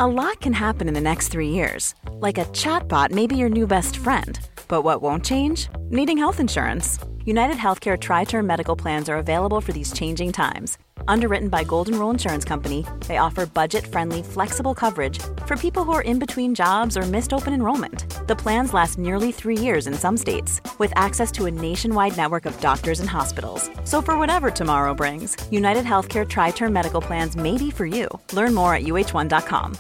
A lot can happen in the next 3 years. Like a chatbot may be your new best friend. But what won't change? Needing health insurance. United Healthcare Tri-Term Medical Plans are available for these changing times. Underwritten by Golden Rule Insurance Company, they offer budget-friendly, flexible coverage for people who are in between jobs or missed open enrollment. The plans last nearly 3 years in some states, with access to a nationwide network of doctors and hospitals. So for whatever tomorrow brings, United Healthcare Tri-Term Medical Plans may be for you. Learn more at uh1.com.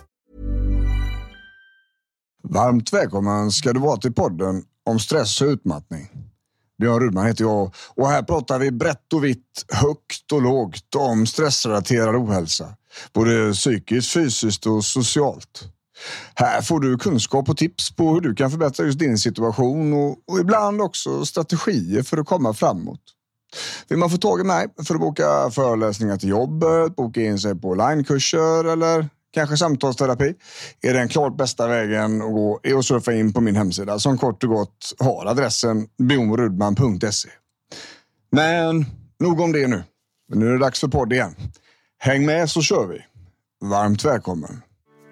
Varmt välkommen ska du vara till podden om stress och utmattning. Björn Rudman heter jag och här pratar vi brett och vitt, högt och lågt om stressrelaterad ohälsa. Både psykiskt, fysiskt och socialt. Här får du kunskap och tips på hur du kan förbättra just din situation och ibland också strategier för att komma framåt. Vill man få tag i mig för att boka föreläsningar till jobbet, boka in sig på onlinekurser eller kanske samtalsterapi, är den klart bästa vägen att gå är att surfa in på min hemsida som kort och gott har adressen bjornrudman.se. Men nog om det nu. Nu är det dags för podd igen. Häng med så kör vi. Varmt välkommen.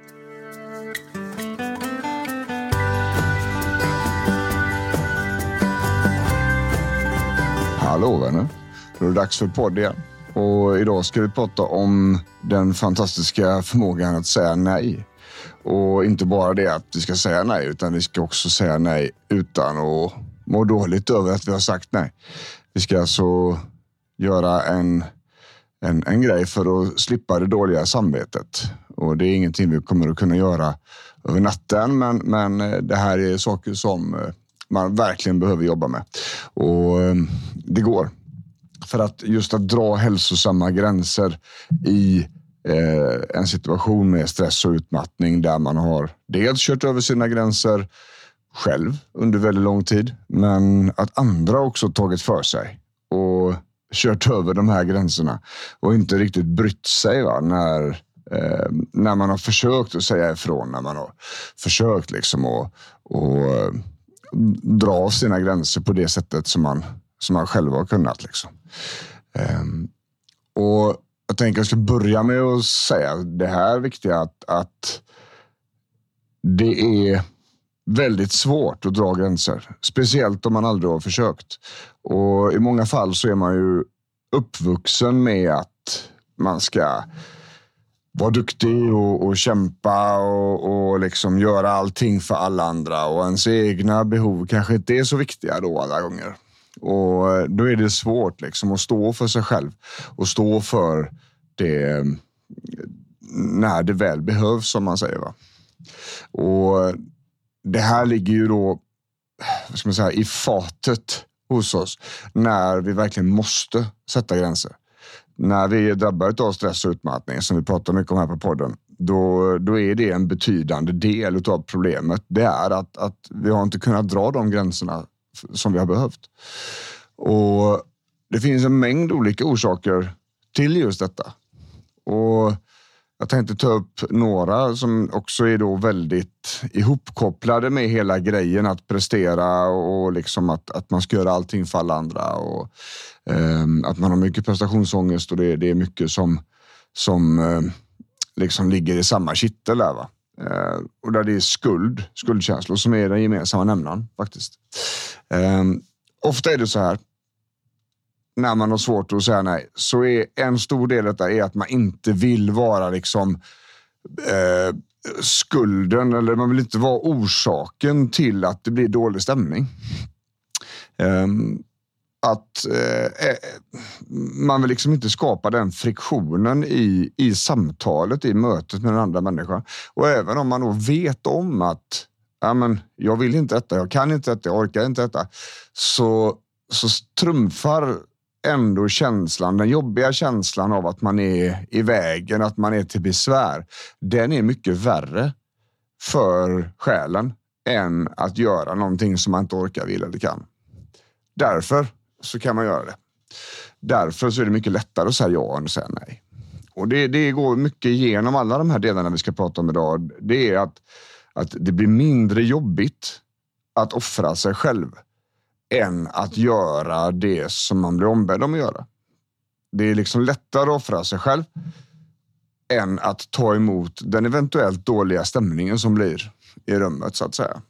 Hallå vänner. Nu är det dags för podd igen. Och idag ska vi prata om den fantastiska förmågan att säga nej. Och inte bara det att vi ska säga nej, utan vi ska också säga nej utan att må dåligt över att vi har sagt nej. Vi ska alltså göra en grej för att slippa det dåliga samvetet. Och det är ingenting vi kommer att kunna göra över natten, men det här är saker som man verkligen behöver jobba med. Och det går. För att just att dra hälsosamma gränser i en situation med stress och utmattning där man har dels kört över sina gränser själv under väldigt lång tid, men att andra också tagit för sig och kört över de här gränserna och inte riktigt brytt sig när man har försökt att säga ifrån, när man har försökt liksom att dra av sina gränser på det sättet som man själv har kunnat liksom. Och jag tänker att jag ska börja med att säga det här viktiga att det är väldigt svårt att dra gränser, speciellt om man aldrig har försökt. Och i många fall så är man ju uppvuxen med att man ska vara duktig och kämpa och liksom göra allting för alla andra, och ens egna behov kanske inte är så viktiga då alla gånger. Och då är det svårt liksom att stå för sig själv och stå för det när det väl behövs, som man säger, va. Och det här ligger ju då, vad ska man säga, i fatet hos oss när vi verkligen måste sätta gränser. När vi är drabbade av stress och utmattning, som vi pratar mycket om här på podden, då är det en betydande del av problemet. Det är att vi har inte kunnat dra de gränserna som vi har behövt. Och det finns en mängd olika orsaker till just detta. Och jag tänkte ta upp några som också är då väldigt ihopkopplade med hela grejen att prestera och liksom att man ska göra allting för alla andra, och att man har mycket prestationsångest, och det är mycket som liksom ligger i samma kittel där, va. Och där det är skuldkänslor som är den gemensamma nämnaren faktiskt. Ofta är det så här, när man har svårt att säga nej, så är en stor del av det att man inte vill vara liksom skulden, eller man vill inte vara orsaken till att det blir dålig stämning. Man vill liksom inte skapa den friktionen i samtalet, i mötet med den andra människan. Och även om man då vet om att jag vill inte detta, jag kan inte detta, jag orkar inte detta, så trumfar ändå känslan, den jobbiga känslan av att man är i vägen, att man är till besvär. Den är mycket värre för själen än att göra någonting som man inte orkar, vill eller kan. Därför så kan man göra det. Därför så är det mycket lättare att säga ja än att säga nej. Och det går mycket igenom alla de här delarna vi ska prata om idag. Det är att det blir mindre jobbigt att offra sig själv än att göra det som man blir ombedd om att göra. Det är liksom lättare att offra sig själv än att ta emot den eventuellt dåliga stämningen som blir i rummet, så att säga.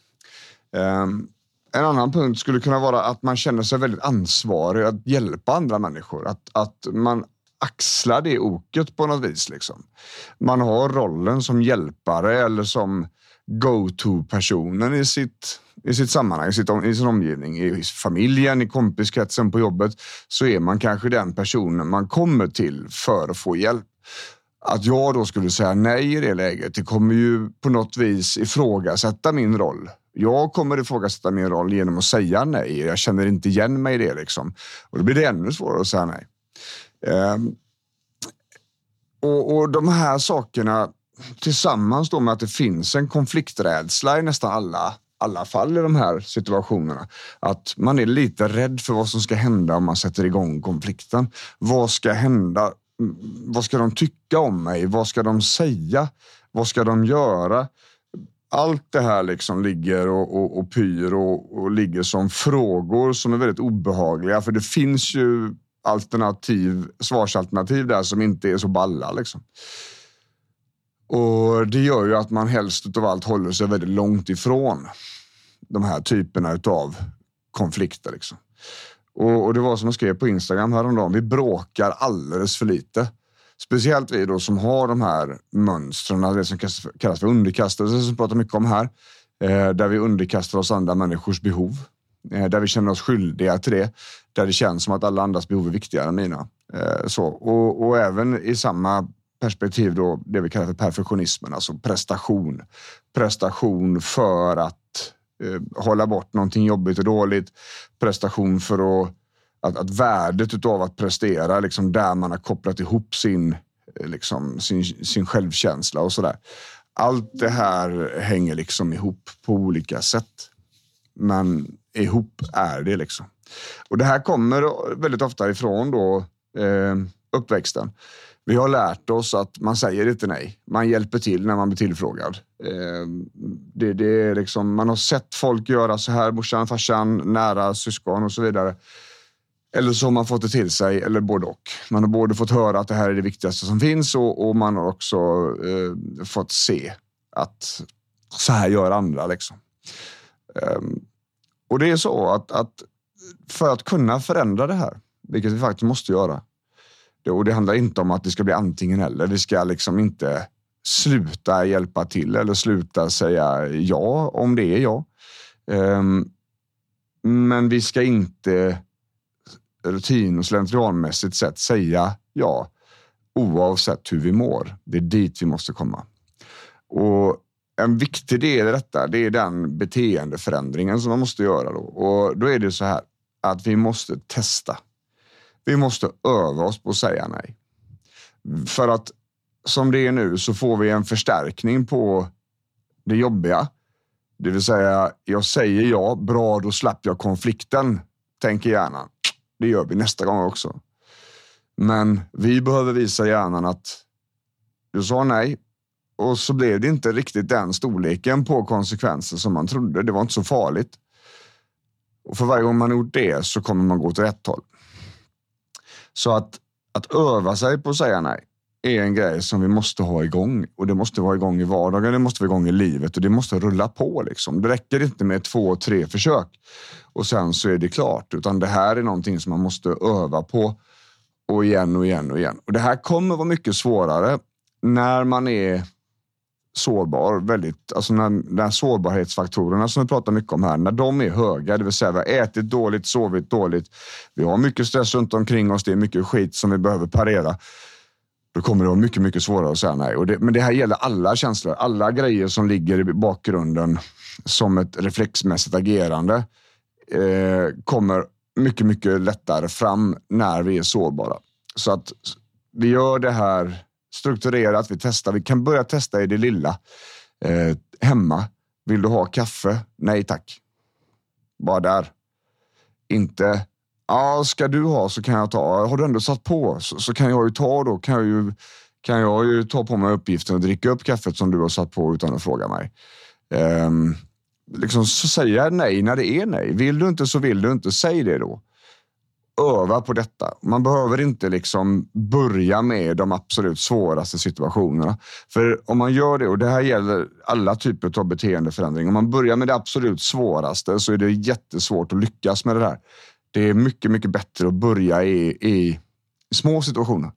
En annan punkt skulle kunna vara att man känner sig väldigt ansvarig att hjälpa andra människor. Att man axlar det oket på något vis. Liksom. Man har rollen som hjälpare eller som go-to-personen i sitt sammanhang, i sin omgivning, i familjen, i kompiskretsen, på jobbet. Så är man kanske den personen man kommer till för att få hjälp. Att jag då skulle säga nej i det läget, det kommer ju på något vis ifrågasätta min roll. Jag kommer ifrågasätta min roll genom att säga nej. Jag känner inte igen mig i det liksom. Och då blir det ännu svårare att säga nej. Och de här sakerna tillsammans då med att det finns en konflikträdsla i nästan alla fall i de här situationerna. Att man är lite rädd för vad som ska hända om man sätter igång konflikten. Vad ska hända? Vad ska de tycka om mig? Vad ska de säga? Vad ska de göra? Allt det här liksom ligger och pyr och ligger som frågor som är väldigt obehagliga. För det finns ju svarsalternativ där som inte är så balla liksom. Och det gör ju att man helst utav allt håller sig väldigt långt ifrån de här typerna utav konflikter liksom. Och det var som jag skrev på Instagram häromdagen. Vi bråkar alldeles för lite. Speciellt vi då som har de här mönstren, det som kallas för underkastelse, som vi pratar mycket om här. Där vi underkastar oss andra människors behov. Där vi känner oss skyldiga till det. Där det känns som att alla andras behov är viktigare än mina. Och även i samma perspektiv då, det vi kallar för perfektionismen, alltså prestation. Prestation för att hålla bort någonting jobbigt och dåligt. Prestation för att värdet utav att prestera, liksom där man har kopplat ihop sin självkänsla och sådär. Allt det här hänger liksom ihop på olika sätt. Men ihop är det liksom. Och det här kommer väldigt ofta ifrån då uppväxten. Vi har lärt oss att man säger inte nej. Man hjälper till när man blir tillfrågad. Det är liksom, man har sett folk göra så här, morsan, farsan, nära syskon och så vidare. Eller så har man fått det till sig, eller både och. Man har både fått höra att det här är det viktigaste som finns och man har också fått se att så här gör andra liksom. Och det är så att för att kunna förändra det här, vilket vi faktiskt måste göra. Och det handlar inte om att det ska bli antingen eller. Vi ska liksom inte sluta hjälpa till eller sluta säga ja om det är ja. Men vi ska inte rutin- och slentrianmässigt sätt säga ja oavsett hur vi mår. Det är dit vi måste komma. Och en viktig del i detta, det är den beteendeförändringen som man måste göra då. Och då är det så här att vi måste testa. Vi måste öva oss på att säga nej. För att som det är nu så får vi en förstärkning på det jobbiga. Det vill säga, jag säger ja, bra, då slapp jag konflikten, tänker hjärnan. Det gör vi nästa gång också. Men vi behöver visa hjärnan att du sa nej. Och så blev det inte riktigt den storleken på konsekvenser som man trodde. Det var inte så farligt. Och för varje gång man gjort det så kommer man gå till rätt håll. Så att öva sig på att säga nej är en grej som vi måste ha igång. Och det måste vara igång i vardagen, det måste vara igång i livet. Och det måste rulla på liksom. Det räcker inte med 2-3 försök. Och sen så är det klart. Utan det här är någonting som man måste öva på. Och igen och igen och igen. Och det här kommer vara mycket svårare när man är sårbar. Alltså när sårbarhetsfaktorerna som vi pratar mycket om här, när de är höga, det vill säga vi har ätit dåligt, sovit dåligt, vi har mycket stress runt omkring oss, det är mycket skit som vi behöver parera, då kommer det vara mycket, mycket svårare att säga nej. Men det här gäller alla känslor, alla grejer som ligger i bakgrunden som ett reflexmässigt agerande kommer mycket, mycket lättare fram när vi är sårbara. Så att vi gör det här strukturerat, vi testar. Vi kan börja testa i det lilla. Hemma. Vill du ha kaffe? Nej tack. Bara där. Inte, ja ska du ha så kan jag ta. Har du ändå satt på så kan jag ju ta då. Kan jag ju ta på mig uppgiften och dricka upp kaffet som du har satt på utan att fråga mig. Liksom så säger jag nej när det är nej. Vill du inte så vill du inte. Säg det då. öva på detta. Man behöver inte liksom börja med de absolut svåraste situationerna. För om man gör det, och det här gäller alla typer av beteendeförändring, om man börjar med det absolut svåraste så är det jättesvårt att lyckas med det där. Det är mycket, mycket bättre att börja i små situationer.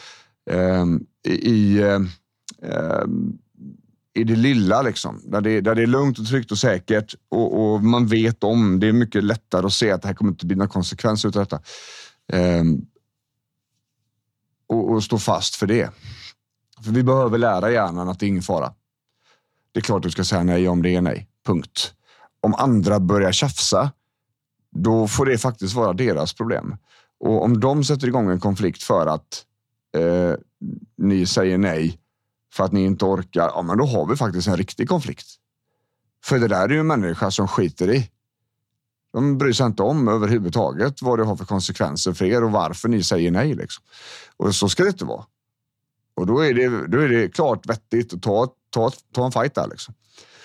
I det lilla liksom, där det är lugnt och tryggt och säkert och man vet om, det är mycket lättare att se att det här kommer inte bli några konsekvenser utav detta. Och stå fast för det. För vi behöver lära hjärnan att det är ingen fara. Det är klart du ska säga nej om det är nej. Punkt. Om andra börjar tjafsa, då får det faktiskt vara deras problem. Och om de sätter igång en konflikt för att ni säger nej för att ni inte orkar, ja men då har vi faktiskt en riktig konflikt. För det där är ju en människa som skiter i. De bryr sig inte om överhuvudtaget vad det har för konsekvenser för er och varför ni säger nej liksom. Och så ska det inte vara. Och då är det klart vettigt att ta en fight där liksom.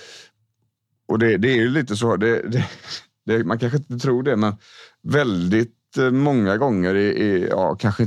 Och det är ju lite så, man kanske inte tror det, men väldigt många gånger kanske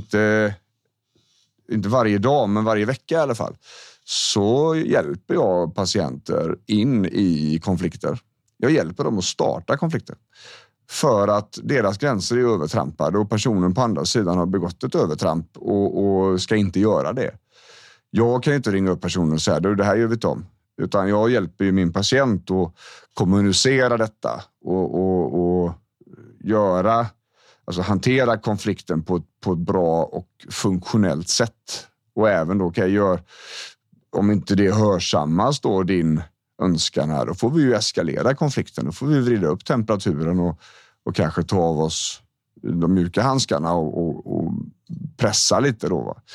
inte varje dag, men varje vecka i alla fall, så hjälper jag patienter in i konflikter. Jag hjälper dem att starta konflikter. För att deras gränser är övertrampade och personen på andra sidan har begått ett övertramp och ska inte göra det. Jag kan ju inte ringa upp personen och säga det här gör vi inte om. Utan jag hjälper ju min patient att kommunicera detta och göra, alltså hantera konflikten på ett bra och funktionellt sätt. Och även då kan jag göra, om inte det hörsammas då din önskan här, då får vi ju eskalera konflikten. Då får vi vrida upp temperaturen och kanske ta av oss de mjuka handskarna och pressa lite då va.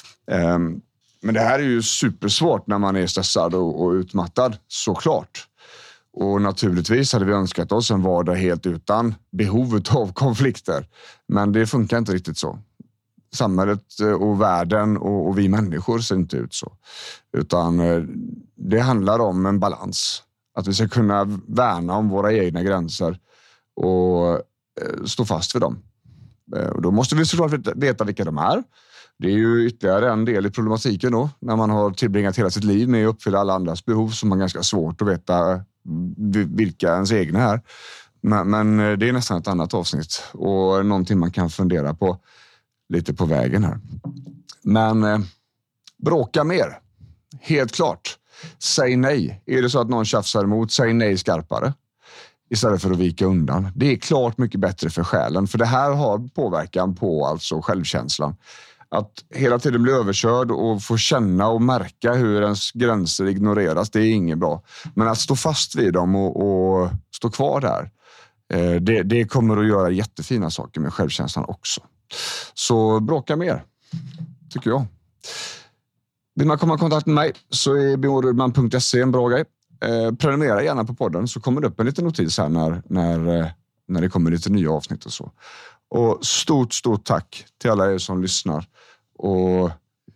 Men det här är ju supersvårt när man är stressad och utmattad, såklart. Och naturligtvis hade vi önskat oss en vardag helt utan behov av konflikter. Men det funkar inte riktigt så. Samhället och världen och vi människor ser inte ut så. Utan det handlar om en balans. Att vi ska kunna värna om våra egna gränser och stå fast vid dem. Och då måste vi såklart veta vilka de är. Det är ju ytterligare en del i problematiken då. När man har tillbringat hela sitt liv med att uppfylla alla andras behov, så man ganska svårt att veta vilka ens egna är. Men det är nästan ett annat avsnitt. Och någonting man kan fundera på lite på vägen här. Men bråka mer. Helt klart. Säg nej. Är det så att någon tjafsar emot, säg nej skarpare. Istället för att vika undan. Det är klart mycket bättre för själen. För det här har påverkan på alltså självkänslan. Att hela tiden bli överkörd och få känna och märka hur ens gränser ignoreras, det är inget bra. Men att stå fast vid dem och stå kvar där, det kommer att göra jättefina saker med självkänslan också. Så bråka mer, tycker jag. Vill man komma i kontakt med mig så är bjornrudman.se en bra grej. Prenumerera gärna på podden så kommer det upp en liten notis här när det kommer lite nya avsnitt och så. Och stort tack till alla er som lyssnar och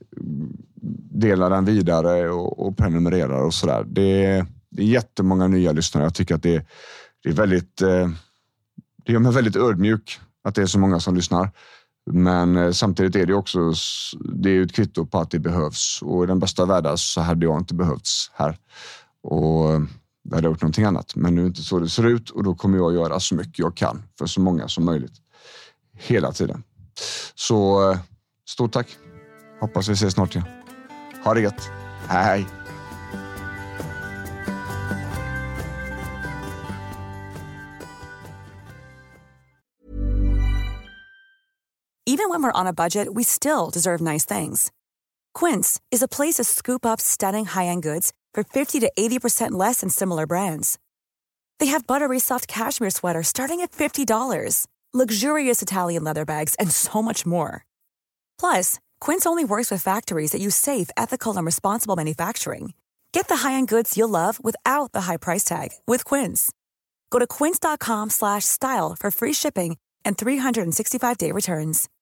delar den vidare och prenumererar och sådär. Det är jättemånga nya lyssnare. Jag tycker att det är väldigt, det gör mig väldigt ödmjuk att det är så många som lyssnar. Men samtidigt är det också, det är ett kvitto på att det behövs. Och i den bästa världen så hade jag inte behövts här. Och jag hade gjort någonting annat. Men nu är det inte så det ser ut och då kommer jag göra så mycket jag kan för så många som möjligt. Hela tiden. Så stort tack. Hoppas vi ses snart igen. Ha det gött. Hej. Even when we're on a budget, we still deserve nice things. Quince is a place to scoop up stunning high-end goods for 50 to 80% less than similar brands. They have buttery soft cashmere sweaters starting at $50, luxurious Italian leather bags, and so much more. Plus, Quince only works with factories that use safe, ethical, and responsible manufacturing. Get the high-end goods you'll love without the high price tag with Quince. Go to quince.com/style for free shipping and 365-day returns.